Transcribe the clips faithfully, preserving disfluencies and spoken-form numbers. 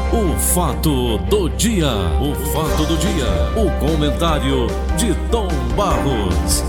o fato do dia, o fato do dia, o comentário de Tom Barros.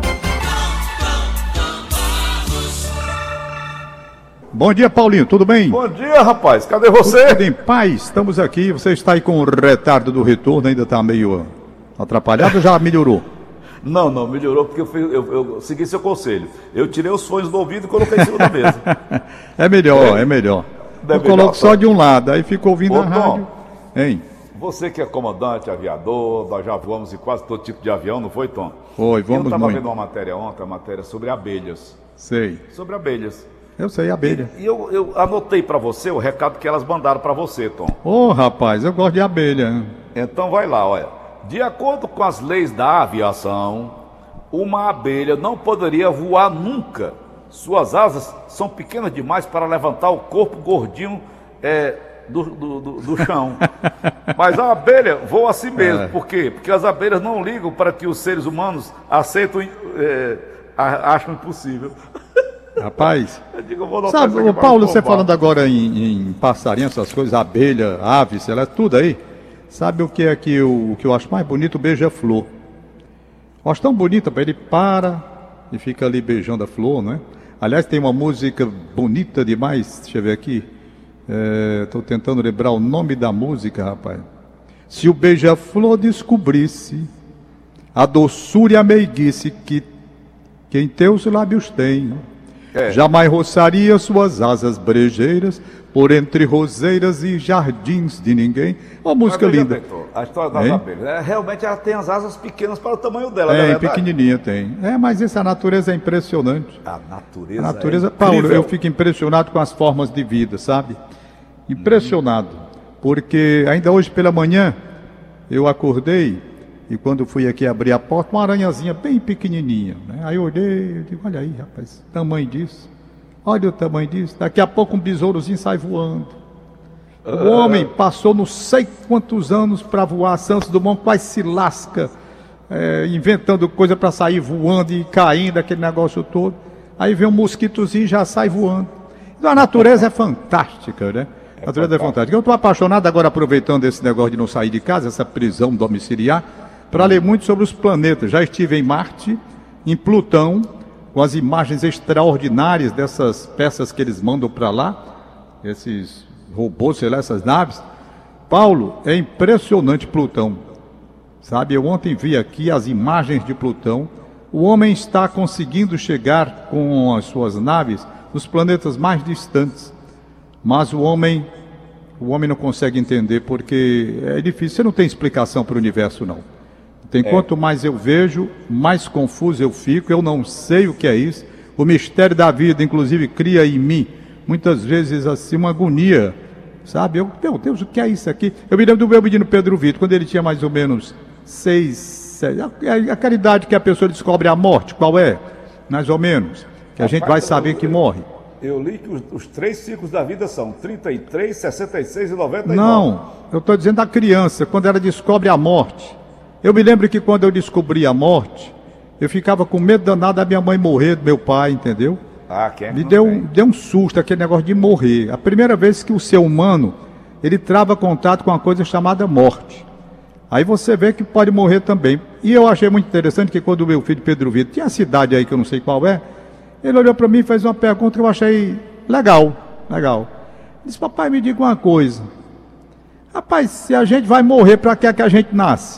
Bom dia, Paulinho, tudo bem? Bom dia, rapaz, cadê você? Tudo em paz, estamos aqui, você está aí com o retardo do retorno, ainda está meio atrapalhado ou já melhorou? Não, não, melhorou porque eu, fui, eu, eu segui seu conselho. Eu tirei os fones do ouvido e coloquei em cima da mesa. É melhor, é, é melhor. É eu melhor, coloco só tá? de um lado, aí fico ouvindo Ô, a rádio. Hein? Você que é comandante, aviador, nós já voamos em quase todo tipo de avião, não foi, Tom? Foi, vamos Eu estava muito. vendo uma matéria ontem, uma matéria sobre abelhas. Sei. Sobre abelhas. Eu sei, abelha. E, e eu, eu anotei para você o recado que elas mandaram para você, Tom. Ô, oh, rapaz, eu gosto de abelha. Então vai lá, olha. De acordo com as leis da aviação, uma abelha não poderia voar nunca. Suas asas são pequenas demais para levantar o corpo gordinho é, do, do, do, do chão. Mas a abelha voa assim mesmo. É. Por quê? Porque as abelhas não ligam para que os seres humanos aceitam, é, acham impossível. Rapaz, eu digo, eu vou sabe, o Paulo, você falando agora em, em passarinho, essas coisas, abelha, aves, ela é tudo aí. Sabe o que é que eu, o que eu acho mais bonito? O beija-flor. Eu acho tão bonita, ele para e fica ali beijando a flor, né? Aliás, tem uma música bonita demais, deixa eu ver aqui. Estou é, tentando lembrar o nome da música, rapaz. Se o beija-flor descobrisse a doçura e a meiguice que, que em teus lábios tem, é. jamais roçaria suas asas brejeiras por entre roseiras e jardins de ninguém. Uma música Mas, linda. Bem, a história das hein? abelhas. É, realmente ela tem as asas pequenas para o tamanho dela, é, é pequenininha tem. É, mas essa natureza é impressionante. A natureza, a natureza é Paulo, incrível. eu fico impressionado com as formas de vida, sabe? Impressionado. Hum. Porque ainda hoje pela manhã eu acordei e quando fui aqui abrir a porta, uma aranhazinha bem pequenininha, né? Aí eu olhei e digo, olha aí, rapaz, tamanho disso. Olha o tamanho disso. Daqui a pouco um besourozinho sai voando. O homem passou não sei quantos anos para voar. Santos Dumont quase se lasca, é, inventando coisa para sair voando e caindo, aquele negócio todo. Aí vem um mosquitozinho e já sai voando. Então a natureza é fantástica, né? A natureza é fantástica. Eu estou apaixonado agora, aproveitando esse negócio de não sair de casa, essa prisão domiciliar, para ler muito sobre os planetas. Já estive em Marte, em Plutão, com as imagens extraordinárias dessas peças que eles mandam para lá, esses robôs, sei lá, essas naves. Paulo, é impressionante Plutão, sabe? Eu ontem vi aqui as imagens de Plutão. O homem está conseguindo chegar com as suas naves nos planetas mais distantes, mas o homem, o homem não consegue entender porque é difícil. Você não tem explicação para o universo, não. Tem, é. Quanto mais eu vejo, mais confuso eu fico, eu não sei o que é isso. O mistério da vida, inclusive, cria em mim, muitas vezes, assim, uma agonia, sabe? Eu, meu Deus, o que é isso aqui? Eu me lembro do meu menino Pedro Vitor, quando ele tinha mais ou menos seis, sete, aquela idade que a pessoa descobre a morte, qual é? Mais ou menos, que a gente vai saber que morre. Eu li que os, os três ciclos da vida são trinta e três, sessenta e seis e noventa e nove. Não, eu estou dizendo da criança, quando ela descobre a morte. Eu me lembro que quando eu descobri a morte, eu ficava com medo danado da minha mãe morrer, do meu pai, entendeu? Ah, quem me deu, deu um susto aquele negócio de morrer. A primeira vez que o ser humano, ele trava contato com uma coisa chamada morte. Aí você vê que pode morrer também. E eu achei muito interessante que quando o meu filho Pedro Vitor, tinha a cidade aí que eu não sei qual é, ele olhou para mim e fez uma pergunta que eu achei legal, legal. Ele disse, papai, me diga uma coisa. Rapaz, se a gente vai morrer, para que é que a gente nasce?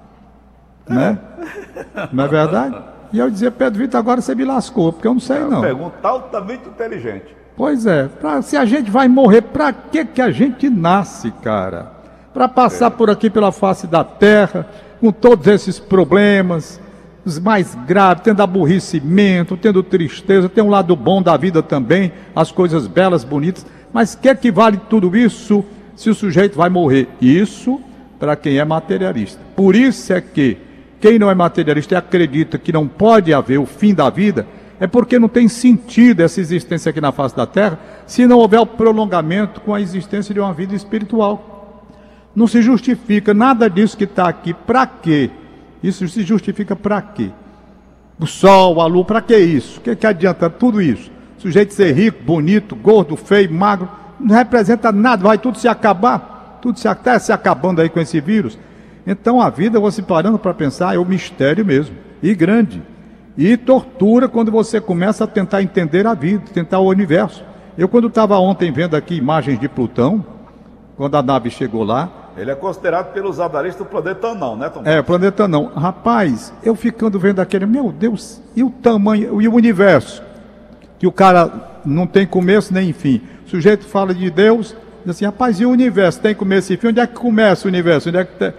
Né? Não é verdade? E eu dizia, Pedro Vitor, agora você me lascou, porque eu não sei é uma não. Pergunta altamente inteligente. Pois é, pra, se a gente vai morrer, para que que a gente nasce, cara? Para passar é. por aqui pela face da terra, com todos esses problemas, os mais graves, tendo aborrecimento, tendo tristeza, tem um lado bom da vida também, as coisas belas, bonitas, mas o que é que vale tudo isso se o sujeito vai morrer? Isso para quem é materialista. Por isso é que quem não é materialista e acredita que não pode haver o fim da vida, é porque não tem sentido essa existência aqui na face da terra, se não houver o prolongamento com a existência de uma vida espiritual. Não se justifica nada disso que está aqui. Para quê? Isso se justifica para quê? O sol, a lua, para que isso? O que, que adianta tudo isso? O sujeito ser rico, bonito, gordo, feio, magro, não representa nada, vai tudo se acabar. tudo se, até se acabando aí com esse vírus. Então a vida, você parando para pensar, é um mistério mesmo, e grande. E tortura quando você começa a tentar entender a vida, tentar o universo. Eu, quando estava ontem vendo aqui imagens de Plutão, quando a nave chegou lá... Ele é considerado pelos analistas o planeta não, né, Tom? É, planeta não. Rapaz, eu ficando vendo aquele, meu Deus, e o tamanho, e o universo? Que o cara não tem começo nem fim. O sujeito fala de Deus, diz assim, rapaz, e o universo tem começo e fim? Onde é que começa o universo? Onde é que tem...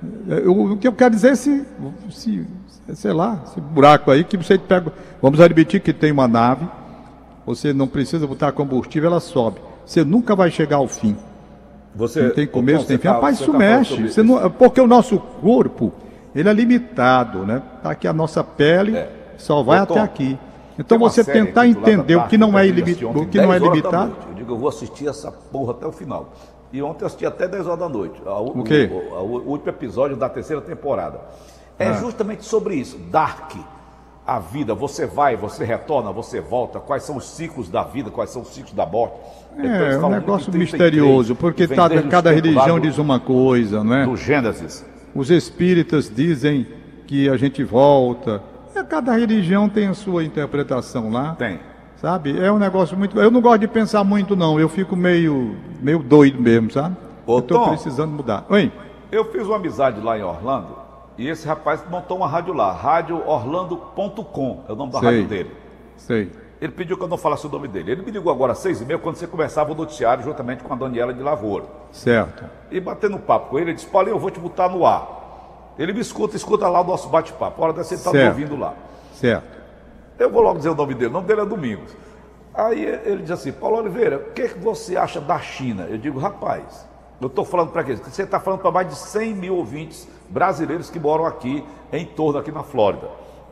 O que eu quero dizer é se, se, sei lá, esse buraco aí que você pega... Vamos admitir que tem uma nave, você não precisa botar combustível, ela sobe. Você nunca vai chegar ao fim. Você, não tem começo, tem fim. Tá, Rapaz, isso tá mexe. Você não, porque o nosso corpo, ele é limitado, né? Tá aqui a nossa pele, é. só vai Tom, até aqui. Então você tentar entender o que não é ilimitado, o que não é limitado. Eu digo, eu vou assistir essa porra até o final. E ontem eu assisti até dez horas da noite. A, o quê? O, o, o último episódio da terceira temporada. É ah. justamente sobre isso. Dark. A vida, você vai, você retorna, você volta, quais são os ciclos da vida, quais são os ciclos da morte. É, é um negócio misterioso, porque tá, cada religião diz uma coisa, não é? Do Gênesis. Os espíritas dizem que a gente volta. E cada religião tem a sua interpretação lá. Tem. Sabe? É um negócio muito... Eu não gosto de pensar muito, não. Eu fico meio, meio doido mesmo, sabe? Ô, eu tô Tom, precisando mudar. Oi? Eu fiz uma amizade lá em Orlando. E esse rapaz montou uma rádio lá, rádio orlando ponto com, é o nome da sei, rádio dele. Sei. Ele pediu que eu não falasse o nome dele. Ele me ligou agora às seis e meia, quando você começava o noticiário, juntamente com a Daniela de Lavoura. Certo. E batendo papo com ele, ele disse, Paulinho, eu vou te botar no ar. Ele me escuta, escuta lá o nosso bate-papo. A hora dessa ele está me ouvindo lá. Certo. Eu vou logo dizer o nome dele, o nome dele é Domingos. Aí ele diz assim, Paulo Oliveira, o que, que você acha da China? Eu digo, rapaz, eu estou falando para quê? Você está falando para mais de cem mil ouvintes brasileiros que moram aqui, em torno aqui na Flórida.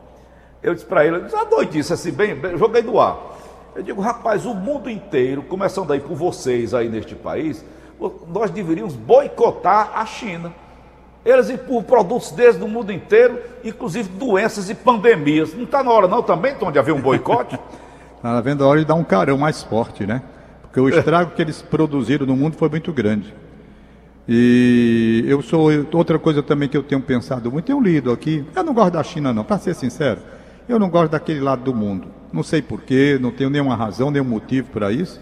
Eu disse para ele, eu disse, ah, doidice assim, bem, bem, joguei no ar. Eu digo, rapaz, o mundo inteiro, começando aí por vocês aí neste país, nós deveríamos boicotar a China. Eles empurram produtos deles no mundo inteiro, inclusive doenças e pandemias. Não está na hora não também, Tom, de haver um boicote? Está vendo a hora de dar um carão mais forte, né? Porque o estrago que eles produziram no mundo foi muito grande. E eu sou, outra coisa também que eu tenho pensado muito, tenho lido aqui, eu não gosto da China não, para ser sincero, eu não gosto daquele lado do mundo, não sei porquê, não tenho nenhuma razão, nenhum motivo para isso,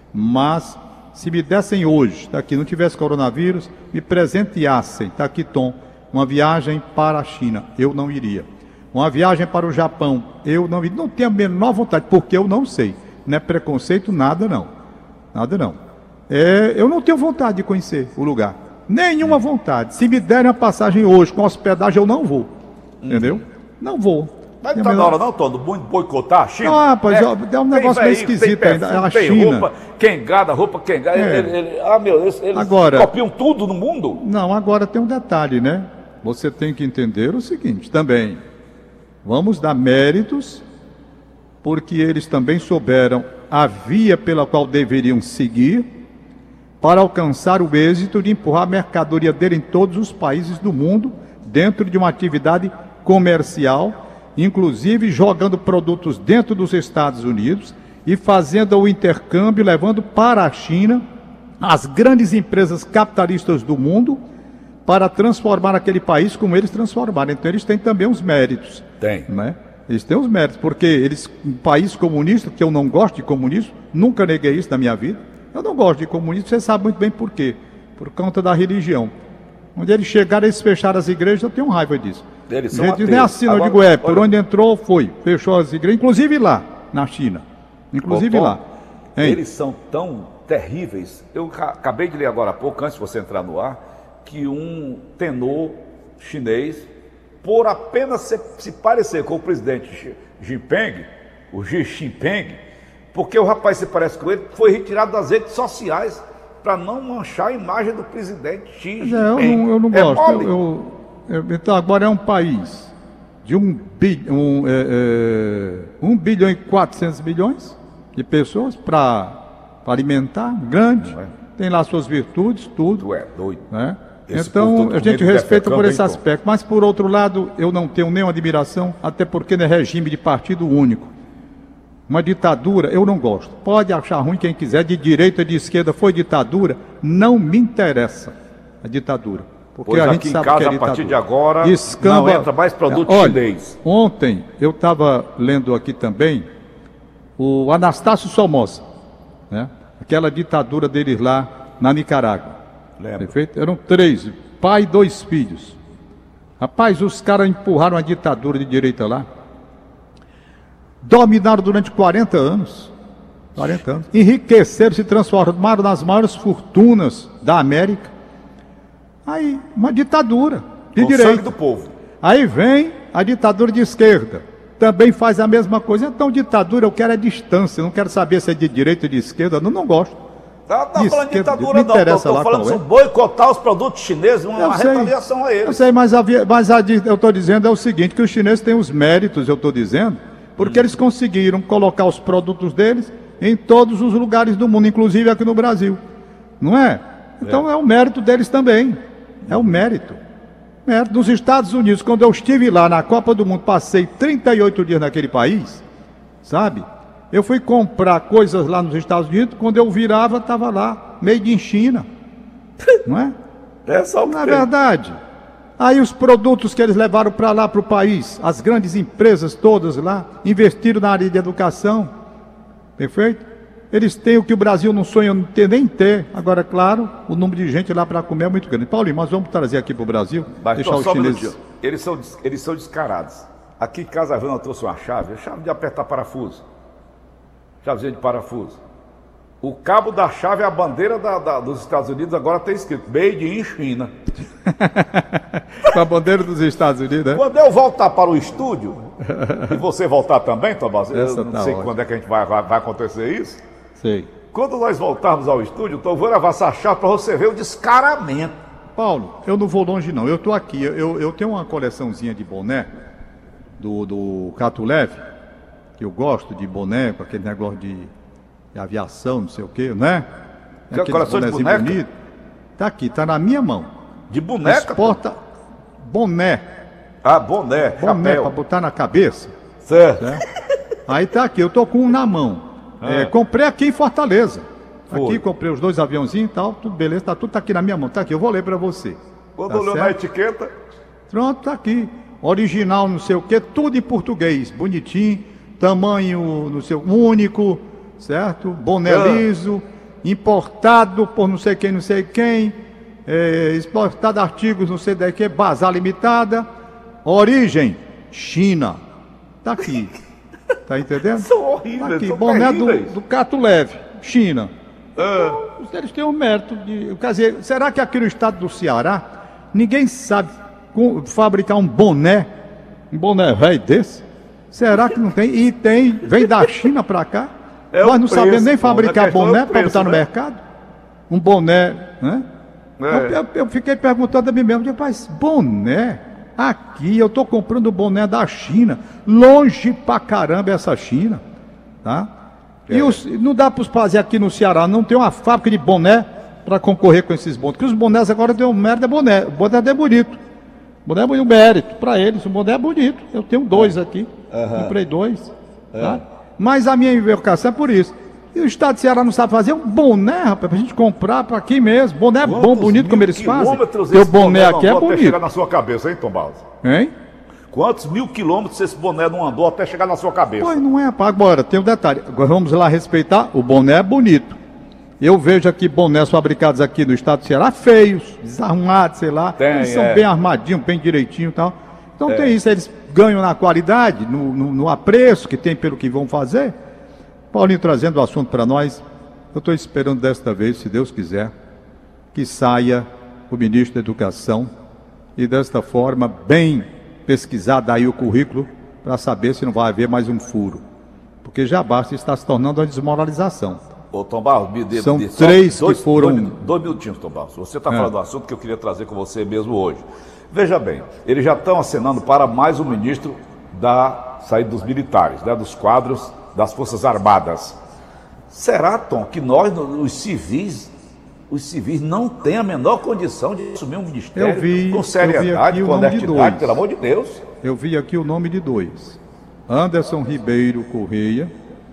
mas se me dessem hoje, daqui não tivesse coronavírus, me presenteassem, está aqui Tom, uma viagem para a China, eu não iria, uma viagem para o Japão, eu não iria, não tenho a menor vontade, porque eu não sei, não é preconceito, nada não, nada não. É, eu não tenho vontade de conhecer o lugar. Nenhuma vontade. Se me derem a passagem hoje com hospedagem, eu não vou. Hum. Entendeu? Não vou. Mas não está na hora não, Tom, do boicotar a China? Ah, pois é, é um negócio meio esquisito ainda. A tem China. roupa quengada, roupa quengada. É. Ele, ele, ah, meu, eles, eles agora, copiam tudo no mundo? Não, agora tem um detalhe, né? Você tem que entender o seguinte também. Vamos dar méritos, porque eles também souberam a via pela qual deveriam seguir para alcançar o êxito de empurrar a mercadoria dele em todos os países do mundo, dentro de uma atividade comercial, inclusive jogando produtos dentro dos Estados Unidos e fazendo o intercâmbio, levando para a China as grandes empresas capitalistas do mundo para transformar aquele país como eles transformaram. Então eles têm também os méritos. Tem. Né? Eles têm os méritos, porque eles, um país comunista, que eu não gosto de comunismo, nunca neguei isso na minha vida, eu não gosto de comunismo, você sabe muito bem por quê. Por conta da religião. Onde eles chegaram, eles fecharam as igrejas, eu tenho raiva disso. Eles são ateus. Nem assim, eu digo, é, por olha... onde entrou, foi. Fechou as igrejas, inclusive lá, na China. Inclusive Ô, Tom, lá. Hein? Eles são tão terríveis. Eu acabei de ler agora há pouco, antes de você entrar no ar, que um tenor chinês, por apenas se, se parecer com o presidente Xi Jinping, o Xi Jinping, porque o rapaz se parece com ele, foi retirado das redes sociais para não manchar a imagem do presidente Xi Jinping. É, eu não, eu não é gosto. Eu, eu, eu, então agora é um país de um, bi, um, é, é, um bilhão e quatrocentos milhões de pessoas para alimentar, grande, é. Tem lá suas virtudes, tudo. Tu é doido. Né? Então a gente respeita por esse aspecto, mas por outro lado eu não tenho nenhuma admiração, até porque não é regime de partido único. Uma ditadura, eu não gosto. Pode achar ruim quem quiser, de direita, de esquerda, foi ditadura, não me interessa. a ditadura. Porque Pois a aqui gente em sabe casa, que é a partir ditadura. de agora, Escamba... não entra mais produto Olha, chinês. Ontem eu estava lendo aqui também o Anastácio Somoza, né? Aquela ditadura deles lá na Nicarágua. Lembro. Perfeito? Eram três, pai e dois filhos. Rapaz, os caras empurraram a ditadura de direita lá. Dominaram durante quarenta anos. quarenta anos. Enriqueceram, se transformaram nas maiores fortunas da América. Aí, uma ditadura de Com direita. sangue do povo. Aí vem a ditadura de esquerda. Também faz a mesma coisa. Então, ditadura, eu quero é distância. Eu não quero saber se é de direita ou de esquerda. Eu não, não gosto. Tá, tá De falando de esquerda, ditadura me não, interessa tô, lá tô falando qual é. sobre boicotar os produtos chineses, uma, Eu uma sei. retaliação a Eu eles. sei, mas, havia, mas a, eu estou dizendo é o seguinte, que os chineses têm os méritos, eu estou dizendo, porque eles conseguiram colocar os produtos deles em todos os lugares do mundo, inclusive aqui no Brasil. Não é? Então é, é o mérito deles também. É o mérito. mérito. Nos Estados Unidos, quando eu estive lá na Copa do Mundo, passei trinta e oito dias naquele país, sabe? Eu fui comprar coisas lá nos Estados Unidos, quando eu virava, estava lá, made in China. Não é? É só Na verdade. Aí os produtos que eles levaram para lá, para o país, as grandes empresas todas lá, investiram na área de educação. Perfeito? Eles têm o que o Brasil não sonha ter, nem ter. Agora, claro, o número de gente lá para comer é muito grande. Paulinho, nós vamos trazer aqui para o Brasil, Mas deixar tô os só um chineses... minutinho. Eles são, des- eles são descarados. Aqui em casa a Vana trouxe uma chave, a chave de apertar parafuso. Chavezinha de parafuso. O cabo da chave é a bandeira da- da- dos Estados Unidos, agora tem escrito Made in China. Com a bandeira dos Estados Unidos, né? Quando eu voltar para o estúdio, e você voltar também, Tomás, eu Essa não tá sei ótima. quando é que a gente vai, vai, vai acontecer isso. Sei. Quando nós voltarmos ao estúdio, então eu vou levar essa chave para você ver o descaramento. Paulo, eu não vou longe não, eu estou aqui, eu, eu tenho uma coleçãozinha de boné do, do Cato Leve, que eu gosto de boné, com aquele negócio de, de aviação, não sei o que, né? Tem uma coleção de bonézinho boneca? bonito. Tá aqui, tá na minha mão. De boneca? Exporta boné, Ah, boné, boné chapéu. para botar na cabeça. Certo. Né? Aí tá aqui, eu tô com um na mão. É, comprei aqui em Fortaleza. Foi. Aqui comprei os dois aviãozinhos e tal, tudo beleza, tá tudo tá aqui na minha mão. Tá aqui, eu vou ler para você. Quando Tá olhou na certo? etiqueta, Pronto, tá aqui. Original, não sei o que, tudo em português, bonitinho, tamanho, não sei, único, certo? Boné Ah. liso, importado por não sei quem, não sei quem, é, exportado artigos, não sei de que, bazar limitada, origem, China. Tá aqui. Tá entendendo? são horríveis, Tá aqui, são boné do, terríveis. do Cato Leve, China. Ah, Eles têm o mérito de. Quer dizer, será que aqui no estado do Ceará ninguém sabe com- fabricar um boné? Um boné velho desse? Será que não tem? E tem, vem da China pra cá. É Nós o não preço, sabemos nem pô, fabricar a questão é o boné para preço, botar no né? mercado. Um boné, né? É. Eu, eu- eu fiquei perguntando a mim mesmo, rapaz, boné? Aqui eu tô comprando boné da China. Longe pra caramba essa China, tá? É. E os- não dá para fazer aqui no Ceará, não tem uma fábrica de boné para concorrer com esses bonés. Porque os bonés agora deu merda, é boné. O boné é bonito. O boné é um mérito para eles, o boné é bonito. Eu tenho dois aqui, comprei dois. Tá? Mas a minha invocação é por isso. E o estado de Ceará não sabe fazer um boné, rapaz, pra gente comprar para aqui mesmo. Boné é bom, quantos bonito como mil eles fazem. quilômetros Porque o esse boné não aqui é andou até bonito. chegar na sua cabeça, hein, Tom Barros? Hein? Quantos mil quilômetros esse boné não andou até chegar na sua cabeça? Pois não é, rapaz. Agora, tem um detalhe. Agora vamos lá respeitar. O boné é bonito. Eu vejo aqui bonés fabricados aqui no estado do Ceará feios, desarrumados, sei lá. Tem, eles são é. bem armadinhos, bem direitinho e tal. Então tem isso, eles ganham na qualidade, no, no, no apreço que tem pelo que vão fazer. Paulinho trazendo o assunto para nós. Eu estou esperando desta vez, se Deus quiser, que saia o ministro da Educação e desta forma, bem pesquisado aí o currículo, para saber se não vai haver mais um furo. Porque já basta, está se tornando uma desmoralização. Ô, Tom Barros, me dê, São me dê só três que dois, foram- Dois, minu- dois minutinhos, Tom Barros. Você está É. falando do assunto que eu queria trazer com você mesmo hoje. Veja bem, eles já estão acenando para mais um ministro da saída dos militares, né, dos quadros das Forças Armadas. Será, Tom, que nós, os civis, os civis não têm a menor condição de assumir um ministério Eu vi- eu com vi seriedade, aqui o com nome de honestidade, dois. pelo amor de Deus? Eu vi aqui o nome de dois. Anderson Ribeiro Correia,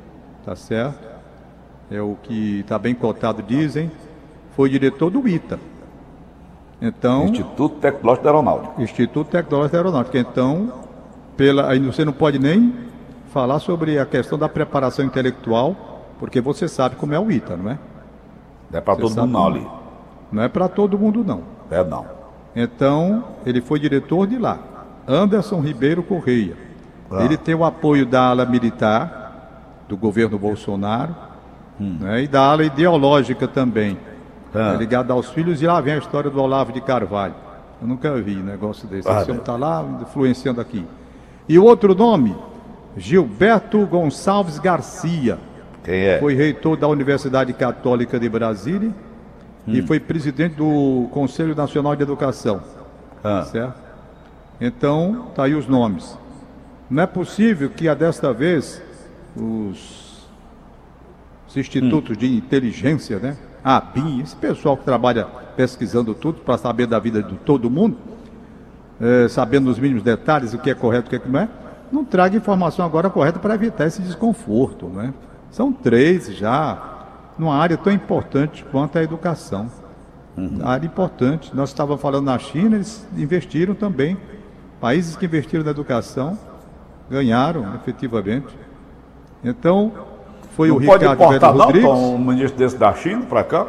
tá certo? É o que está bem cotado, dizem. Foi diretor do ITA. Então, Instituto Tecnológico da Aeronáutica. Instituto Tecnológico da Aeronáutica. Então, pela, aí você não pode nem falar sobre a questão da preparação intelectual, porque você sabe como é o ITA, não é? Não é para todo mundo não ali. Não é para todo mundo não. É não. Então, ele foi diretor de lá. Anderson Ribeiro Correia. Ah. Ele tem o apoio da ala militar, do governo Bolsonaro, hum. né, e da ala ideológica também. Ah. É ligado aos filhos, e lá vem a história do Olavo de Carvalho. Eu nunca vi um negócio desse. Ah, Esse homem está lá influenciando aqui. E o outro nome, Gilberto Gonçalves Garcia. Quem é? Foi reitor da Universidade Católica de Brasília hum. e foi presidente do Conselho Nacional de Educação. Ah. Certo? Então, tá aí os nomes. Não é possível que, a desta vez, os, os institutos hum. de inteligência, né? A B I M, esse pessoal que trabalha pesquisando tudo para saber da vida de todo mundo, é, sabendo os mínimos detalhes, o que é correto e o que, é que não é, não traga informação agora correta para evitar esse desconforto, né? São três já, numa área tão importante quanto a educação. Uhum. Área importante. Nós estávamos falando na China, eles investiram também. Países que investiram na educação ganharam, efetivamente. Então, foi não o Ricardo Pode importar não, Rodrigues. Tom, um ministro desse da China para cá?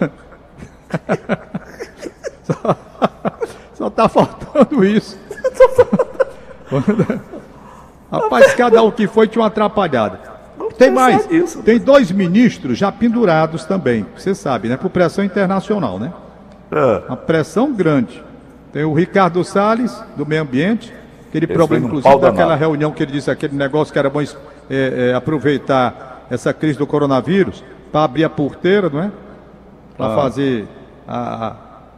Só está faltando isso. Rapaz, cada um que foi tinha uma atrapalhada. Tem mais, isso. Tem dois ministros já pendurados também, você sabe, né? Por pressão internacional, né? É. Uma pressão grande. Tem o Ricardo Salles, do Meio Ambiente, aquele Esse problema, inclusive, daquela reunião que ele disse, aquele negócio que era bom é, é, aproveitar essa crise do coronavírus para abrir a porteira, não é? Para ah. fazer a,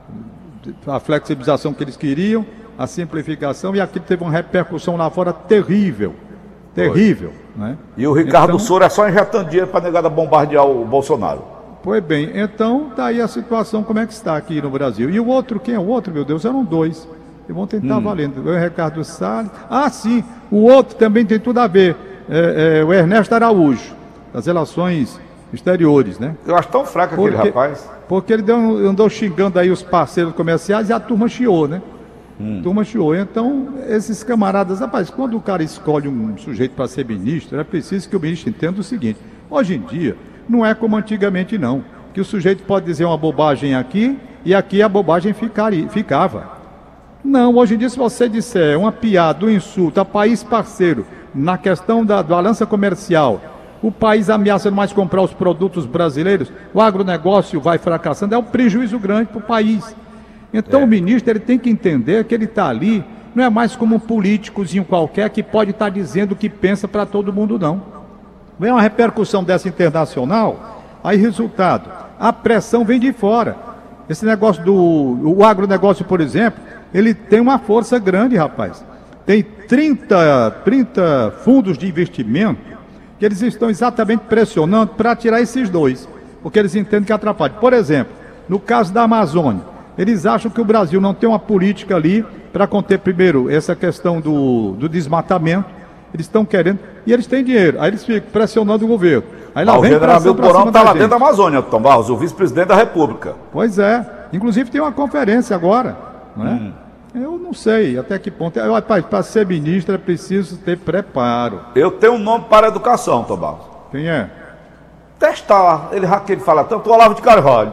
a flexibilização que eles queriam, a simplificação, e aquilo teve uma repercussão lá fora terrível. Terrível, né? E o Ricardo então, Soro é só injetando dinheiro para negar bombardear o Bolsonaro. Pois bem, então tá aí a situação, como é que está aqui no Brasil. E o outro, quem é o outro, meu Deus? Eram dois. E vão tentar hum. valendo. O Ricardo Salles. Ah, sim, o outro também tem tudo a ver. É, é, o Ernesto Araújo, das relações exteriores, né? Eu acho tão fraco porque, aquele rapaz. Porque ele deu, andou xingando aí os parceiros comerciais e a turma chiou, né? Hum. Turma chiou. Então, esses camaradas, rapaz, quando o cara escolhe um sujeito para ser ministro, é preciso que o ministro entenda o seguinte: hoje em dia, não é como antigamente, não. Que o sujeito pode dizer uma bobagem aqui e aqui a bobagem ficaria, ficava. Não, hoje em dia, se você disser uma piada, um insulto a país parceiro, na questão da balança comercial, o país ameaça mais comprar os produtos brasileiros, o agronegócio vai fracassando, é um prejuízo grande para o país. Então é. o ministro ele tem que entender que ele está ali, não é mais como um políticozinho qualquer que pode estar tá dizendo o que pensa para todo mundo, não. Vem uma repercussão dessa internacional, aí resultado, a pressão vem de fora. Esse negócio do o agronegócio, por exemplo, ele tem uma força grande, rapaz. Tem trinta, trinta fundos de investimento que eles estão exatamente pressionando para tirar esses dois, porque eles entendem que atrapalha. Por exemplo, no caso da Amazônia, eles acham que o Brasil não tem uma política ali para conter, primeiro, essa questão do, do desmatamento. Eles estão querendo, e eles têm dinheiro. Aí eles ficam pressionando o governo. Aí lá ah, vem o general Milton Mourão está lá dentro da Amazônia, Tom Barros, o vice-presidente da República. Pois é. Inclusive tem uma conferência agora, não é? Hum. Eu não sei até que ponto. Eu, rapaz, para ser ministro é preciso ter preparo. Eu tenho um nome para a educação, Tom Barros. Quem é? Testar. Ele, ele fala tanto, o Olavo de Carvalho.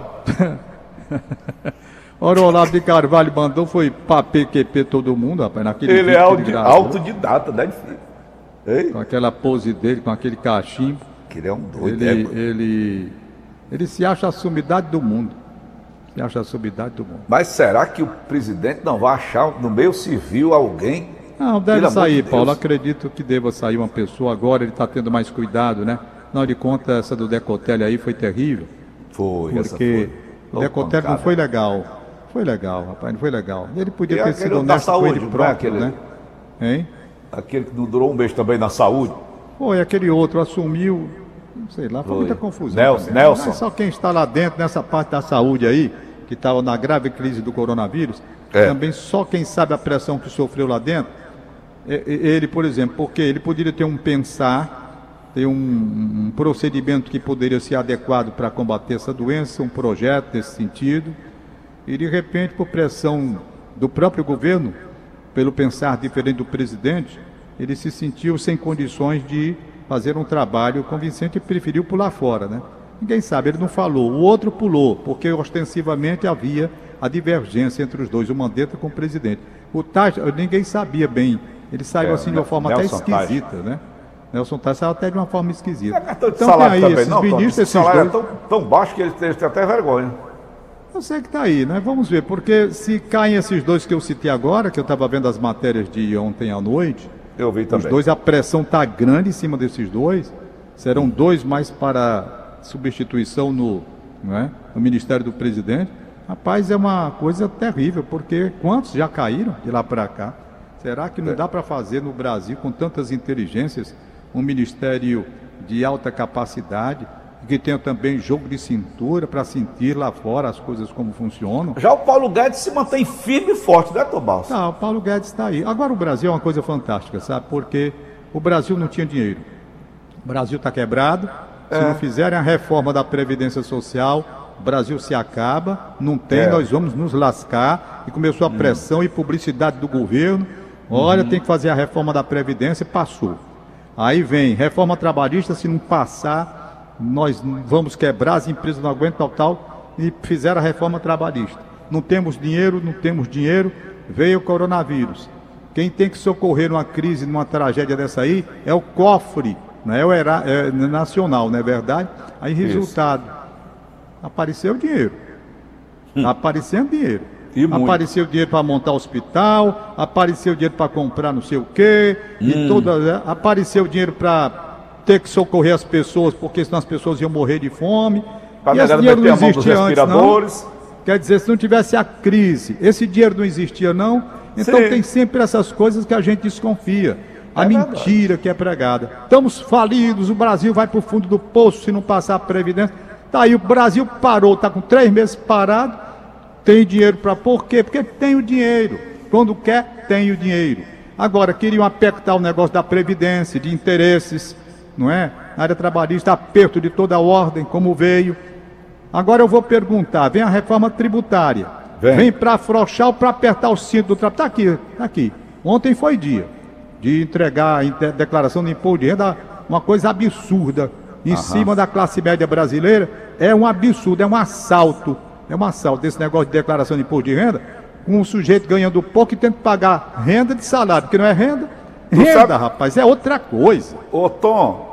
Ora, o Olavo de Carvalho mandou, foi para P Q P todo mundo, rapaz, naquele Ele é audi, autodidata, né? Ei. Com aquela pose dele, com aquele cachimbo. Que ele é um doido. Ele, é, ele, ele se acha a sumidade do mundo. Se acha a sumidade do mundo. Mas será que o presidente não vai achar no meio civil alguém? Não, deve sair, de Paulo. Acredito que deva sair uma pessoa agora, ele está tendo mais cuidado, né? Afinal de contas, essa do Decotelli aí foi terrível. Foi, porque essa foi. O Decotelli não foi legal. Foi legal, rapaz, não foi legal. Ele podia e ter sido honesto saúde, com ele próprio, aquele, né? Hein? Aquele que não durou um mês também na saúde. Foi, aquele outro assumiu, não sei lá, foi, foi. muita confusão. Nelson, Nelson. Só quem está lá dentro, nessa parte da saúde aí, que estava na grave crise do coronavírus, é. também só quem sabe a pressão que sofreu lá dentro, ele, por exemplo, porque ele poderia ter um pensar, ter um, um procedimento que poderia ser adequado para combater essa doença, um projeto nesse sentido, E de repente, por pressão do próprio governo, pelo pensar diferente do presidente, ele se sentiu sem condições de fazer um trabalho convincente e preferiu pular fora, né? Ninguém sabe, ele não falou. O outro pulou, porque ostensivamente havia a divergência entre os dois, o Mandetta com o presidente. O Taish, ninguém sabia bem. Ele saiu é, assim de uma forma Nelson até esquisita, Taish. né? Nelson Taish saiu até de uma forma esquisita. É então tem aí também, esses não, ministros, esses salário dois... é tão, tão baixo que eles têm até vergonha. Eu sei que está aí, né? Vamos ver, porque se caem esses dois que eu citei agora, que eu estava vendo as matérias de ontem à noite, eu vi também. Os dois, a pressão está grande em cima desses dois. Serão dois mais para substituição no, né, no Ministério do Presidente. Rapaz, é uma coisa terrível, porque quantos já caíram de lá para cá? Será que não dá para fazer no Brasil, com tantas inteligências, um ministério de alta capacidade, que tenha também jogo de cintura para sentir lá fora as coisas como funcionam? Já o Paulo Guedes se mantém firme e forte, né, Tomás? Tá, o Paulo Guedes está aí. Agora o Brasil é uma coisa fantástica, sabe? Porque o Brasil não tinha dinheiro. O Brasil está quebrado. Se é. não fizerem a reforma da Previdência Social, o Brasil se acaba. Não tem, é. nós vamos nos lascar. E começou a pressão hum. e publicidade do governo. Olha, uhum. tem que fazer a reforma da Previdência e passou. Aí vem reforma trabalhista, se não passar, nós vamos quebrar, as empresas não aguentam, tal, tal, e fizeram a reforma trabalhista. Não temos dinheiro, não temos dinheiro, veio o coronavírus. Quem tem que socorrer numa crise, numa tragédia dessa aí, é o cofre, né? é o era, é nacional, não é verdade? Aí, resultado, Isso. apareceu dinheiro. Hum. Aparecendo dinheiro. E apareceu muito. dinheiro para montar hospital, apareceu dinheiro para comprar não sei o quê, hum. e toda, apareceu dinheiro para ter que socorrer as pessoas, porque senão as pessoas iam morrer de fome. Pra e esse dinheiro não existia antes, não. Quer dizer, se não tivesse a crise, esse dinheiro não existia, não. Então Sim. tem sempre essas coisas que a gente desconfia. A é mentira verdade. que é pregada. Estamos falidos, o Brasil vai para o fundo do poço se não passar a Previdência. Tá aí, o Brasil parou, está com três meses parado, tem dinheiro para... Por quê? Porque tem o dinheiro. Quando quer, tem o dinheiro. Agora, queriam apertar o negócio da Previdência, de interesses, não é? Na área trabalhista, aperto de toda a ordem, como veio. Agora eu vou perguntar, vem a reforma tributária. Vem, vem para afrouxar ou para apertar o cinto do trabalho? Está aqui, está aqui. Ontem foi dia de entregar a declaração de imposto de renda, uma coisa absurda, em Aham. cima da classe média brasileira. É um absurdo, é um assalto. É um assalto esse negócio de declaração de imposto de renda, com um sujeito ganhando pouco e tendo que pagar renda de salário, porque não é renda. Renda, sabe... rapaz, é outra coisa. Ô, Tom,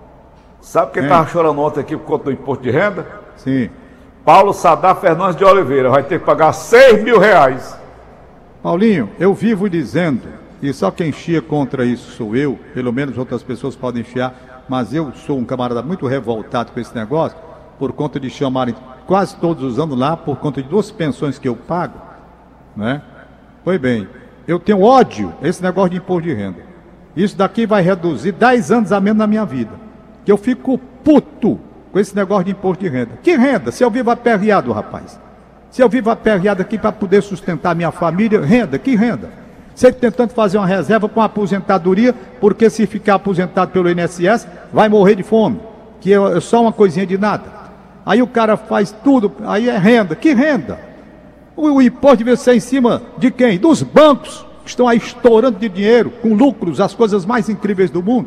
sabe quem estava é. chorando ontem aqui por conta do imposto de renda? Sim. Paulo Sadar Fernandes de Oliveira vai ter que pagar seis mil reais. Paulinho, eu vivo dizendo, e só quem chia contra isso sou eu, pelo menos outras pessoas podem chiar, mas eu sou um camarada muito revoltado com esse negócio, por conta de chamarem quase todos os anos lá, por conta de duas pensões que eu pago, né? Pois bem, eu tenho ódio a esse negócio de imposto de renda. Isso daqui vai reduzir dez anos a menos na minha vida. Que eu fico puto com esse negócio de imposto de renda. Que renda? Se eu vivo aperreado, rapaz. Se eu vivo aperreado aqui para poder sustentar minha família, renda, que renda? Você tentando fazer uma reserva para uma aposentadoria, porque se ficar aposentado pelo I N S S, vai morrer de fome. Que é só uma coisinha de nada. Aí o cara faz tudo, aí é renda. Que renda? O, o imposto deve ser em cima de quem? Dos bancos, que estão aí estourando de dinheiro, com lucros, as coisas mais incríveis do mundo.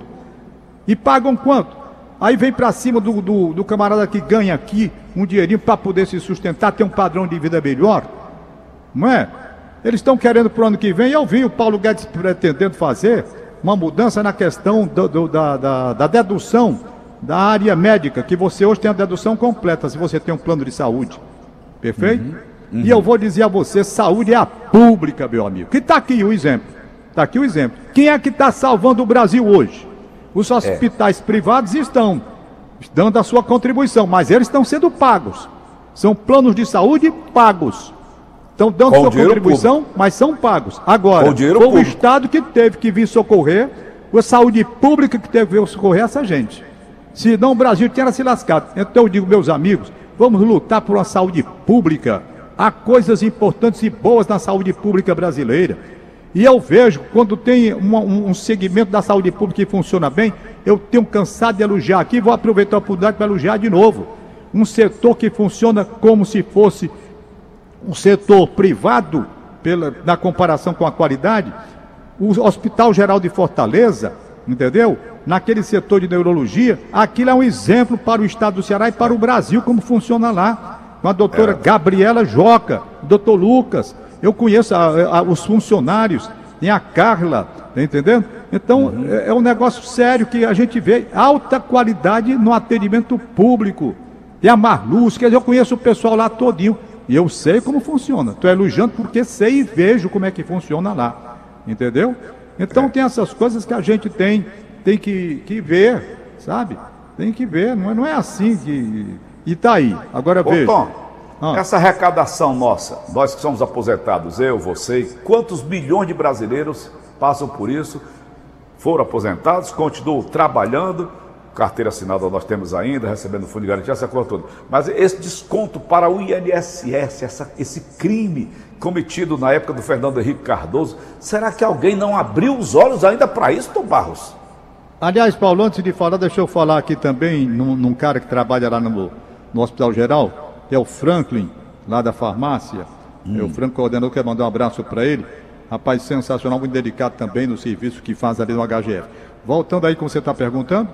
E pagam quanto? Aí vem para cima do, do, do camarada que ganha aqui um dinheirinho para poder se sustentar, ter um padrão de vida melhor. Não é? Eles estão querendo para o ano que vem, eu vi o Paulo Guedes pretendendo fazer uma mudança na questão do, do, da, da, da dedução da área médica, que você hoje tem a dedução completa, se você tem um plano de saúde. Perfeito? Uhum, uhum. E eu vou dizer a você, saúde é a pública, meu amigo. Que está aqui o exemplo. Está aqui o exemplo. Quem é que está salvando o Brasil hoje? Os hospitais é. privados estão dando a sua contribuição, mas eles estão sendo pagos. São planos de saúde pagos. Estão dando Com sua contribuição, público. mas são pagos. Agora, foi público. o Estado que teve que vir socorrer, a saúde pública que teve que vir socorrer essa gente. Senão o Brasil tinha se lascado. Então eu digo, meus amigos, vamos lutar por uma saúde pública. Há coisas importantes e boas na saúde pública brasileira. E eu vejo, quando tem uma, um, um segmento da saúde pública que funciona bem, eu tenho cansado de elogiar aqui, vou aproveitar a oportunidade para elogiar de novo. Um setor que funciona como se fosse um setor privado, pela, na comparação com a qualidade, o Hospital Geral de Fortaleza, entendeu? Naquele setor de neurologia, aquilo é um exemplo para o estado do Ceará e para o Brasil, como funciona lá. Com a doutora é. Gabriela Joca, doutor Lucas, eu conheço a, a, os funcionários, tem a Carla, tá entendendo? Então, uhum. é, é um negócio sério que a gente vê, alta qualidade no atendimento público. Tem a Marluz, quer dizer, eu conheço o pessoal lá todinho, e eu sei como funciona. Estou elogiando porque sei e vejo como é que funciona lá, entendeu? Então, é. tem essas coisas que a gente tem... Tem que, que ver, sabe? Tem que ver, não é, não é assim que... E tá aí, agora Ô, veja. Tom, ah. essa arrecadação nossa, nós que somos aposentados, eu, você, quantos milhões de brasileiros passam por isso, foram aposentados, continuam trabalhando, carteira assinada nós temos ainda, recebendo fundo de garantia, essa coisa toda. Mas esse desconto para o I N S S, essa, esse crime cometido na época do Fernando Henrique Cardoso, será que alguém não abriu os olhos ainda para isso, Tom Barros? Aliás, Paulo, antes de falar, deixa eu falar aqui também num, num cara que trabalha lá no, no Hospital Geral, que é o Franklin, lá da farmácia. Hum. É o Franklin coordenador, quero mandar um abraço para ele. Rapaz, sensacional, muito dedicado também no serviço que faz ali no H G F. Voltando aí como você está perguntando.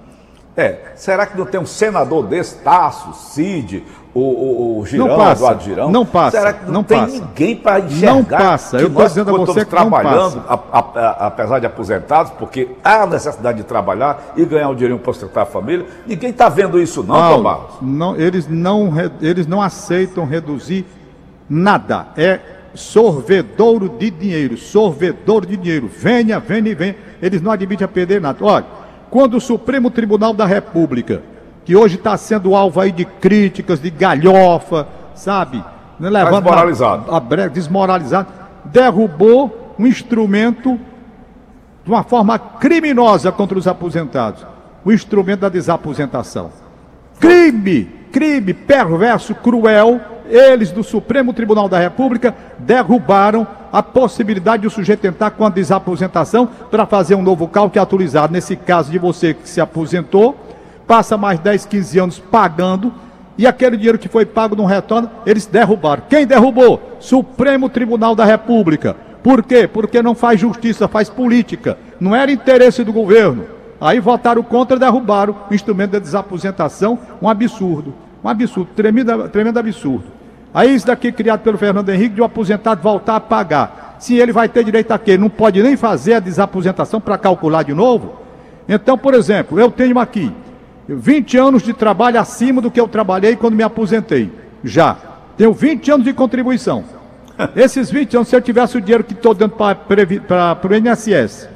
É, será que não tem um senador desse, Tasso, Cid, o, o, o Girão, não passa, Eduardo Girão? Não passa. Será que não, não tem passa. ninguém para enxergar? Não passa. Eu estou dizendo a você que trabalhando, não passa. A, a, a, apesar de aposentados, porque há necessidade de trabalhar e ganhar um dinheirinho para sustentar a família. Ninguém está vendo isso não, Paulo, Tom Barros? Não, eles, não, eles não aceitam reduzir nada. É sorvedouro de dinheiro, sorvedouro de dinheiro. Venha, venha e venha. Eles não admitem a perder nada. Olha, quando o Supremo Tribunal da República, que hoje está sendo alvo aí de críticas, de galhofa, sabe? Levando desmoralizado. A, a, desmoralizado, derrubou um instrumento de uma forma criminosa contra os aposentados. O instrumento da desaposentação. Crime, crime perverso, cruel. Eles do Supremo Tribunal da República derrubaram a possibilidade de o sujeito entrar com a desaposentação para fazer um novo cálculo atualizado. Nesse caso de você que se aposentou, passa mais dez, quinze anos pagando e aquele dinheiro que foi pago não retorna, eles derrubaram. Quem derrubou? Supremo Tribunal da República. Por quê? Porque não faz justiça, faz política. Não era interesse do governo. Aí votaram contra e derrubaram o instrumento da desaposentação. Um absurdo. Um absurdo, tremendo, tremendo absurdo. Aí isso daqui criado pelo Fernando Henrique, de o aposentado voltar a pagar. Se ele vai ter direito a quê? Não pode nem fazer a desaposentação para calcular de novo? Então, por exemplo, eu tenho aqui vinte anos de trabalho acima do que eu trabalhei quando me aposentei. Já. Tenho vinte anos de contribuição. Esses vinte anos, se eu tivesse o dinheiro que estou dando para o I N S S,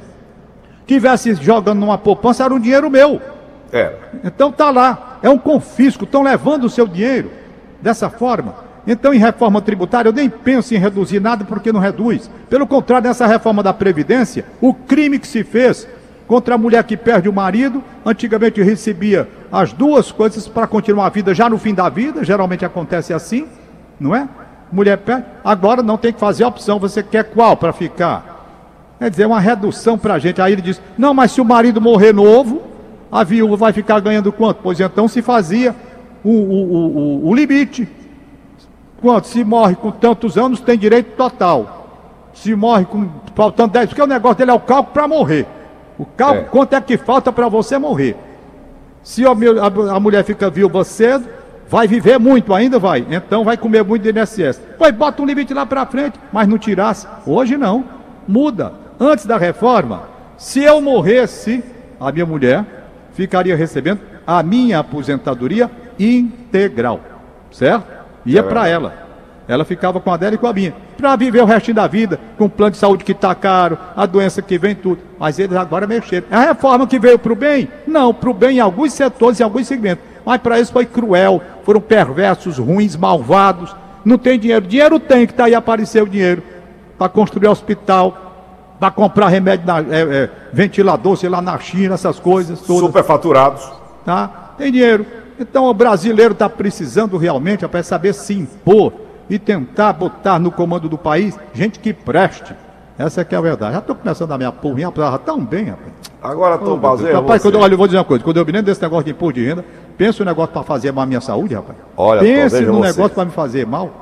tivesse jogando numa poupança, era um dinheiro meu. É. Então tá lá. É um confisco. Estão levando o seu dinheiro dessa forma. Então, em reforma tributária, eu nem penso em reduzir nada porque não reduz. Pelo contrário, nessa reforma da Previdência, o crime que se fez contra a mulher que perde o marido, antigamente recebia as duas coisas para continuar a vida já no fim da vida, geralmente acontece assim, não é? Mulher perde, agora não tem que fazer a opção, você quer qual para ficar? Quer dizer, é uma redução para a gente. Aí ele diz, não, mas se o marido morrer novo, a viúva vai ficar ganhando quanto? Pois então se fazia o, o, o, o limite. Quanto? Se morre com tantos anos, tem direito total. Se morre com faltando dez, porque o negócio dele é o cálculo para morrer. O cálculo, é. Quanto é que falta para você morrer? Se a, a, a mulher fica viúva cedo, vai viver muito ainda, vai. Então vai comer muito de I N S S. Pois bota um limite lá para frente, mas não tirasse. Hoje não. Muda. Antes da reforma, se eu morresse, a minha mulher ficaria recebendo a minha aposentadoria integral. Certo? Ia é para ela. Ela ficava com a dela e com a minha. Para viver o resto da vida, com o plano de saúde que está caro, a doença que vem, tudo. Mas eles agora mexeram. A reforma que veio para o bem? Não, para o bem em alguns setores, em alguns segmentos. Mas para isso foi cruel. Foram perversos, ruins, malvados. Não tem dinheiro. Dinheiro tem, que está aí, apareceu o dinheiro. Para construir hospital, para comprar remédio, na, é, é, ventilador, sei lá, na China, essas coisas todas. Superfaturados. Tá? Tem dinheiro. Então o brasileiro está precisando realmente para saber se impor e tentar botar no comando do país gente que preste. Essa é que é a verdade. Já estou começando a minha porrinha, estava tão bem, rapaz. Agora estou baseado. Rapaz, quando eu, olha, eu vou dizer uma coisa, quando eu me lembro desse negócio de imposto de renda, penso no negócio para fazer mal à minha saúde, rapaz. Olha, pense tô, no você. negócio para me fazer mal.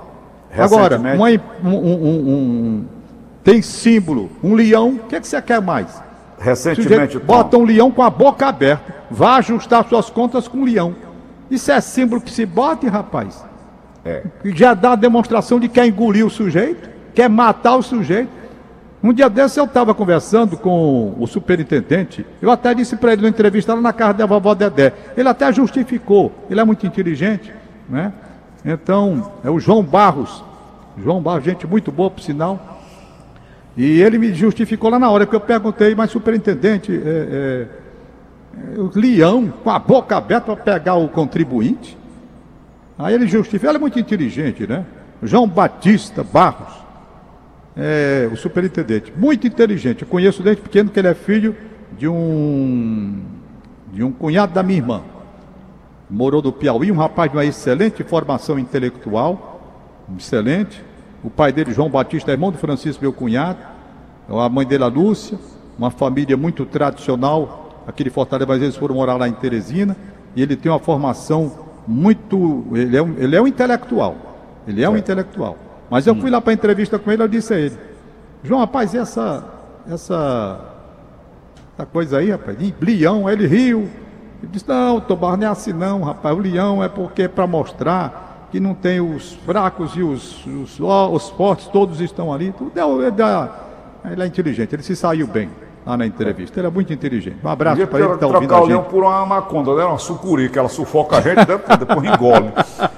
Agora, uma, um, um, um, tem símbolo, um leão, o que, é que você quer mais? Recentemente, Tom, bota um leão com a boca aberta, vai ajustar suas contas com um leão. Isso é símbolo que se bote, rapaz. É. Já dá a demonstração de que quer engolir o sujeito, quer matar o sujeito. Um dia desse eu estava conversando com o superintendente, eu até disse para ele numa entrevista lá na casa da vovó Dedé, ele até justificou, ele é muito inteligente, né? Então, é o João Barros, João Barros, gente muito boa por sinal, e ele me justificou lá na hora que eu perguntei, mas superintendente, é, é, o leão com a boca aberta para pegar o contribuinte? Aí ele justificou, ele é muito inteligente, né? João Batista Barros, é, o superintendente, muito inteligente. Eu conheço desde pequeno que ele é filho de um de um cunhado da minha irmã. Morou no Piauí, um rapaz de uma excelente formação intelectual, excelente. O pai dele, João Batista, é irmão do Francisco, meu cunhado. A mãe dele, a Lúcia, uma família muito tradicional aqui de Fortaleza, mas eles foram morar lá em Teresina. E ele tem uma formação muito... Ele é um, ele é um intelectual. Ele é um é. intelectual. Mas eu fui lá para a entrevista com ele, eu disse a ele, João, rapaz, essa, essa, essa coisa aí, rapaz, leão, ele riu. Ele disse, não, Tomás, não é assim não, rapaz, o leão é porque é para mostrar que não tem os fracos e os, os, os fortes, todos estão ali. Tudo é, é da, ele é inteligente, ele se saiu bem lá na entrevista, ele é muito inteligente. Um abraço para ele que está ouvindo a gente. Trocar o leão por uma anaconda, né? Uma sucuri, que ela sufoca a gente, depois engole.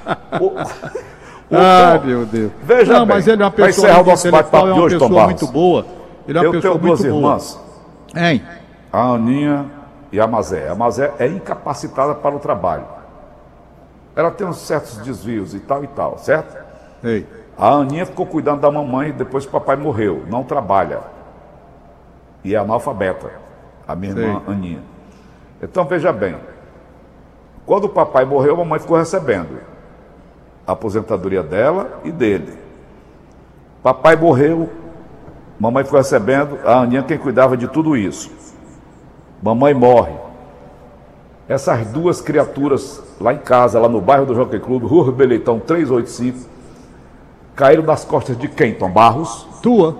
Ah, meu Deus. Veja não, bem, mas ele é uma pessoa, o nosso bate-papo é de uma hoje, pessoa muito boa. Ele é uma eu pessoa tenho duas muito irmãs, boa. Hein? A Aninha e a Mazé. A Mazé é incapacitada para o trabalho. Ela tem uns certos desvios e tal e tal, certo? Ei. A Aninha ficou cuidando da mamãe depois que o papai morreu. Não trabalha. E é analfabeta. A minha irmã Sei. Aninha. Então, veja bem. Quando o papai morreu, a mamãe ficou recebendo a aposentadoria dela e dele. Papai morreu, mamãe ficou recebendo, a Aninha quem cuidava de tudo isso. Mamãe morre. Essas duas criaturas lá em casa, lá no bairro do Jockey Club, Rua Rebeleitão trezentos e oitenta e cinco, caíram nas costas de quem, Tom Barros? Tua.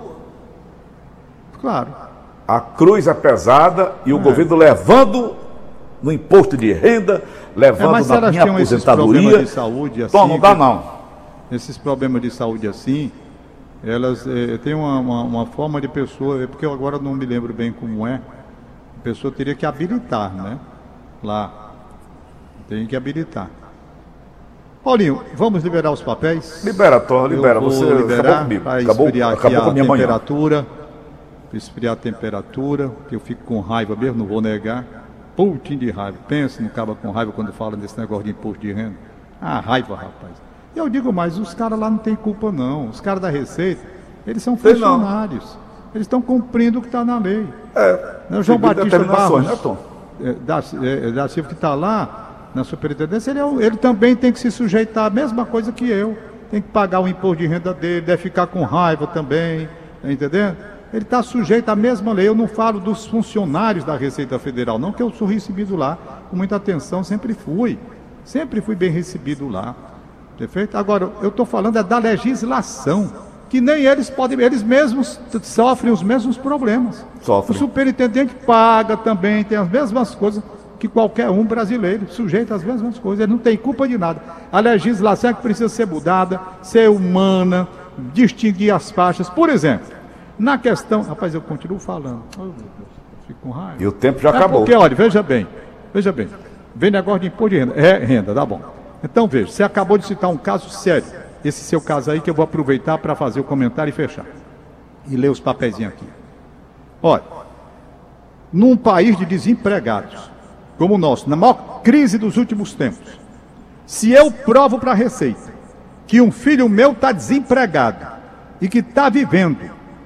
Claro. A cruz é pesada e o é. governo levando no imposto de renda, levando é, na minha aposentadoria. De saúde assim, Tom, não dá não. Esses problemas de saúde assim, elas é, têm uma, uma, uma forma de pessoa, porque eu agora não me lembro bem como é, a pessoa teria que habilitar, né? Lá. Tem que habilitar. Paulinho, vamos liberar os papéis? Libera, Tom, libera. Eu vou Você liberar acabou comigo. Para Acabou, esfriar acabou aqui com a minha a temperatura. manhã. Esfriar a temperatura, que eu fico com raiva mesmo, não vou negar. Pouquinho de raiva. Pensa no cara com raiva quando fala desse negócio de imposto de renda. Ah, raiva, rapaz. E eu digo mais, os caras lá não tem culpa não. Os caras da Receita, eles são funcionários. Eles estão cumprindo o que está na lei. É. O João Batista Barros, né, Tom? É, da, é, da Silva que está lá na superintendência, ele, é, ele também tem que se sujeitar à mesma coisa que eu. Tem que pagar o imposto de renda dele, deve ficar com raiva também, tá entendendo? Ele está sujeito à mesma lei. Eu não falo dos funcionários da Receita Federal, não, que eu sou recebido lá com muita atenção, sempre fui. Sempre fui bem recebido lá. Perfeito? Agora, eu estou falando é da legislação, que nem eles podem, eles mesmos sofrem os mesmos problemas. Sofrem. O superintendente paga também, tem as mesmas coisas que qualquer um brasileiro, sujeito às mesmas coisas, ele não tem culpa de nada. A legislação é que precisa ser mudada, ser humana, distinguir as faixas. Por exemplo, na questão... Rapaz, eu continuo falando. Oh, meu Deus, eu fico com raiva. E o tempo já é acabou. Porque, olha, veja bem, veja bem, vem negócio de imposto de renda. É renda, tá bom. Então, veja, você acabou de citar um caso sério. Esse seu caso aí que eu vou aproveitar para fazer o comentário e fechar. E ler os papeizinhos aqui. Olha, num país de desempregados, como o nosso, na maior crise dos últimos tempos, se eu provo para a Receita que um filho meu está desempregado e que está vivendo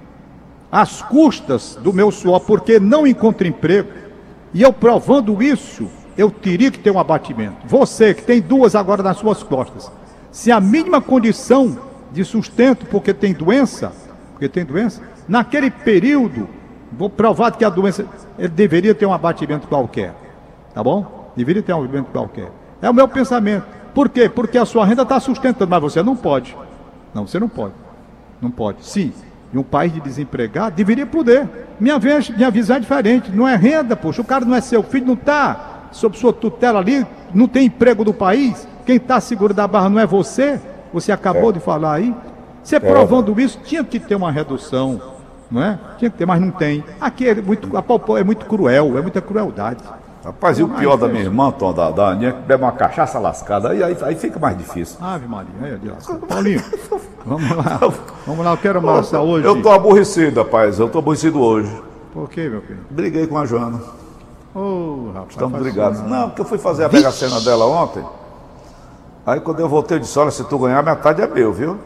às custas do meu suor porque não encontra emprego, e eu provando isso, eu teria que ter um abatimento. Você que tem duas agora nas suas costas, se a mínima condição de sustento porque tem doença, porque tem doença, naquele período, vou provar que a doença, ele deveria ter um abatimento qualquer. Tá bom? Deveria ter um abatimento qualquer. É o meu pensamento. Por quê? Porque a sua renda está sustentando, mas você não pode. Não, você não pode. Não pode. Sim, em um país de desempregado, deveria poder. Minha, vez, minha visão é diferente. Não é renda, poxa. O cara não é seu filho, não está sob sua tutela ali, não tem emprego do país. Quem está seguro da barra não é você. Você acabou é. de falar aí. Você provando é. isso, tinha que ter uma redução, não é? Tinha que ter, mas não tem. Aqui é muito, a é muito cruel, é muita crueldade. Rapaz, e o pior da minha irmã, Tom, da, da Aninha, que bebe uma cachaça lascada, aí, aí, aí fica mais difícil. Ave Maria, aí, aí, Paulinho, vamos lá, vamos lá, eu quero massa hoje. Eu tô aborrecido, rapaz, eu tô aborrecido hoje. Por quê, meu filho? Briguei com a Joana. Ô, oh, rapaz. Estamos brigados. Não. não, porque eu fui fazer a mega cena dela ontem, aí quando eu voltei, eu disse, olha, se tu ganhar, metade é meu, viu?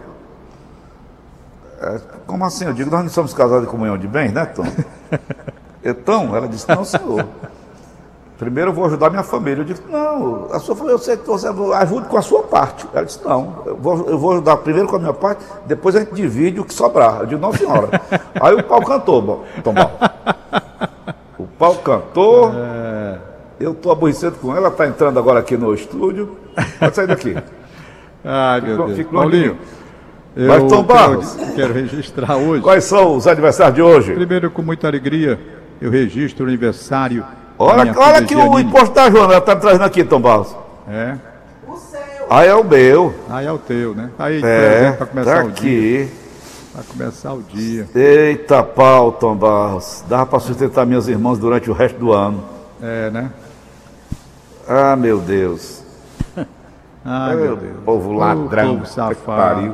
É, como assim? Eu digo, nós não somos casados de comunhão de bens, né, Tom? Então, ela disse, não, senhor. Primeiro eu vou ajudar minha família. Eu disse, não, a sua família, eu sei que você ajude com a sua parte. Ela disse, não, eu vou, eu vou ajudar primeiro com a minha parte, depois a gente divide o que sobrar. Eu digo, não, senhora. Aí o pau cantou, bom, Tom Barros. O pau cantou, é... eu estou aborrecido com ela, está entrando agora aqui no estúdio. Pode sair daqui. Ai, meu fico, Deus. Fico Paulinho, eu Mas, Tom Barros, quero, quero registrar hoje. Quais são os aniversários de hoje? Primeiro, com muita alegria, eu registro o aniversário. Olha, olha aqui o imposto da Joana, ela está me trazendo aqui, Tom Barros. É. O seu. Ah, é o meu. Ah, é o teu, né? Aí, é, para começar tá o aqui. dia. Para começar o dia. Eita pau, Tom Barros. Dava para sustentar meus irmãos durante o resto do ano. É, né? Ah, meu Deus. Ai, meu Deus. Povo ladrão. Ô, povo safado.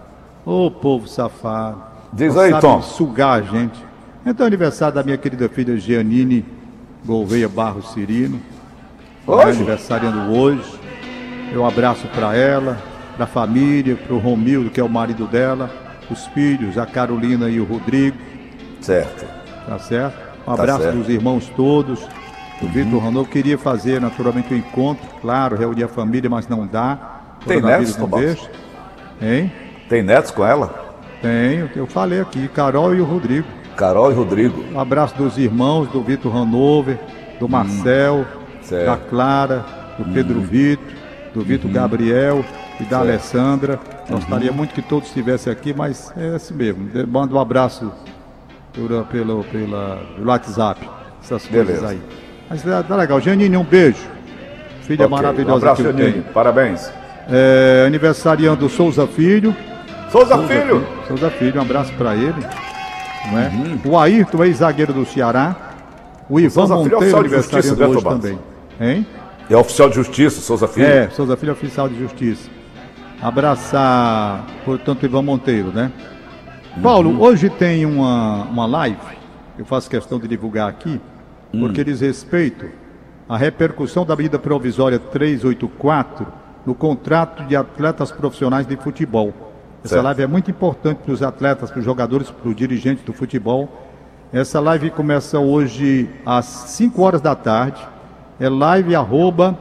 Ô, povo safado. Diz Não aí, sabe Tom. Sugar a gente. Então, aniversário da minha querida filha Gianine Gouveia Barros Cirino. Hoje? Aniversariando hoje. Eu abraço para ela, para a família, para o Romildo, que é o marido dela, os filhos, a Carolina e o Rodrigo. Certo. Tá certo? Um Tá abraço certo. dos irmãos todos. O uhum. Vitor Ranol queria fazer naturalmente um encontro, claro, reunir a família, mas não dá. Tem netos, Tom Barros? Hein? Tem netos com ela? Tenho, eu falei aqui, Carol e o Rodrigo. Carol e Rodrigo. Um abraço dos irmãos, do Vitor Hanover, do Marcel, Certo. da Clara, do Pedro Vitor, do Vitor Gabriel e da Certo. Alessandra. Gostaria muito que todos estivessem aqui, mas é assim mesmo. Manda um abraço pelo, pelo, pela, pelo WhatsApp, essas coisas Beleza. aí. Mas tá, tá legal. Janine, um beijo. Filha Ok. maravilhosa Um abraço, que eu Janine. tenho. Parabéns. É, aniversariando Souza Filho. Souza, Filho. Souza Filho, um abraço para ele. Não é? O Ayrton, ex-zagueiro do Ceará. O Ivan Souza Filho é Monteiro, oficial de justiça, aniversariando né, hoje Tom Barros? também. Hein? É oficial de justiça, Souza Filho. É, Souza Filho, oficial de justiça. Abraçar, portanto, Ivan Monteiro, né? Uhum. Paulo, hoje tem uma, uma live, eu faço questão de divulgar aqui, Hum. porque diz respeito à repercussão da medida provisória trezentos e oitenta e quatro no contrato de atletas profissionais de futebol. Essa Certo. live é muito importante para os atletas, para os jogadores, para os dirigentes do futebol. Essa live começa hoje às cinco horas da tarde. É live arroba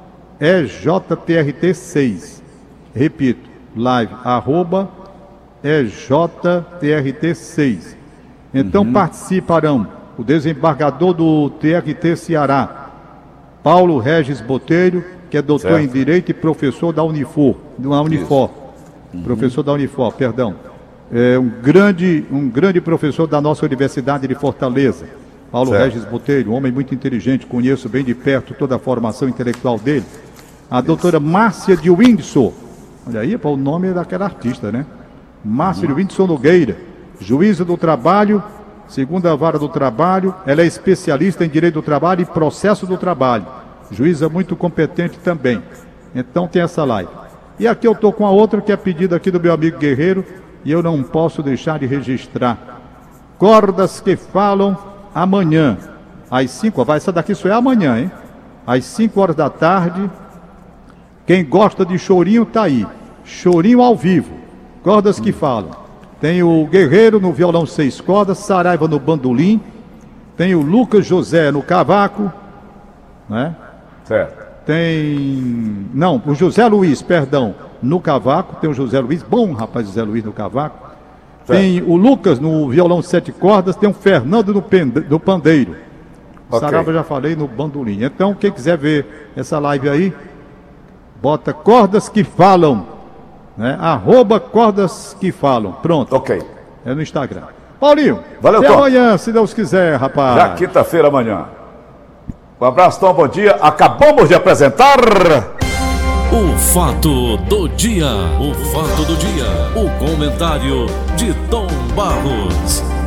E J T R T seis. Repito, live arroba E J T R T seis. Então Uhum. participarão o desembargador do T R T Ceará, Paulo Regis Botelho, que é doutor Certo. em Direito e professor da Unifor, da Unifor. Uhum. Professor da Unifor, perdão. É um grande, um grande professor da nossa Universidade de Fortaleza. Paulo Certo. Regis Botelho, um homem muito inteligente, conheço bem de perto toda a formação intelectual dele. A doutora Márcia de Windsor, olha aí, pô, o nome é daquela artista, né? Márcia de Windsor Nogueira, juíza do trabalho, segunda vara do trabalho, ela é especialista em direito do trabalho e processo do trabalho. Juíza muito competente também. Então tem essa live. E aqui eu estou com a outra que é pedida aqui do meu amigo Guerreiro e eu não posso deixar de registrar. Cordas que falam amanhã, às cinco, vai, essa daqui só é amanhã, hein? Às cinco horas da tarde. Quem gosta de chorinho tá aí. Chorinho ao vivo. Cordas que falam. Tem o Guerreiro no violão seis cordas, Saraiva no bandolim, tem o Lucas José no cavaco, né? Certo. Tem... Não, o José Luiz, perdão, no cavaco, tem o José Luiz, bom rapaz José Luiz no cavaco. Certo. Tem o Lucas no violão sete cordas, tem o Fernando no, pende... no pandeiro. Ok. Saraiva já falei no bandolim. Então, quem quiser ver essa live aí, bota Cordas que Falam. né? Arroba Cordas que Falam. Pronto. Ok. É no Instagram. Paulinho, valeu, até Tom. amanhã, se Deus quiser, rapaz. Já quinta-feira amanhã. Um abraço, Tom, bom dia. Acabamos de apresentar... O fato do dia. O fato do dia. O comentário de Tom Barros.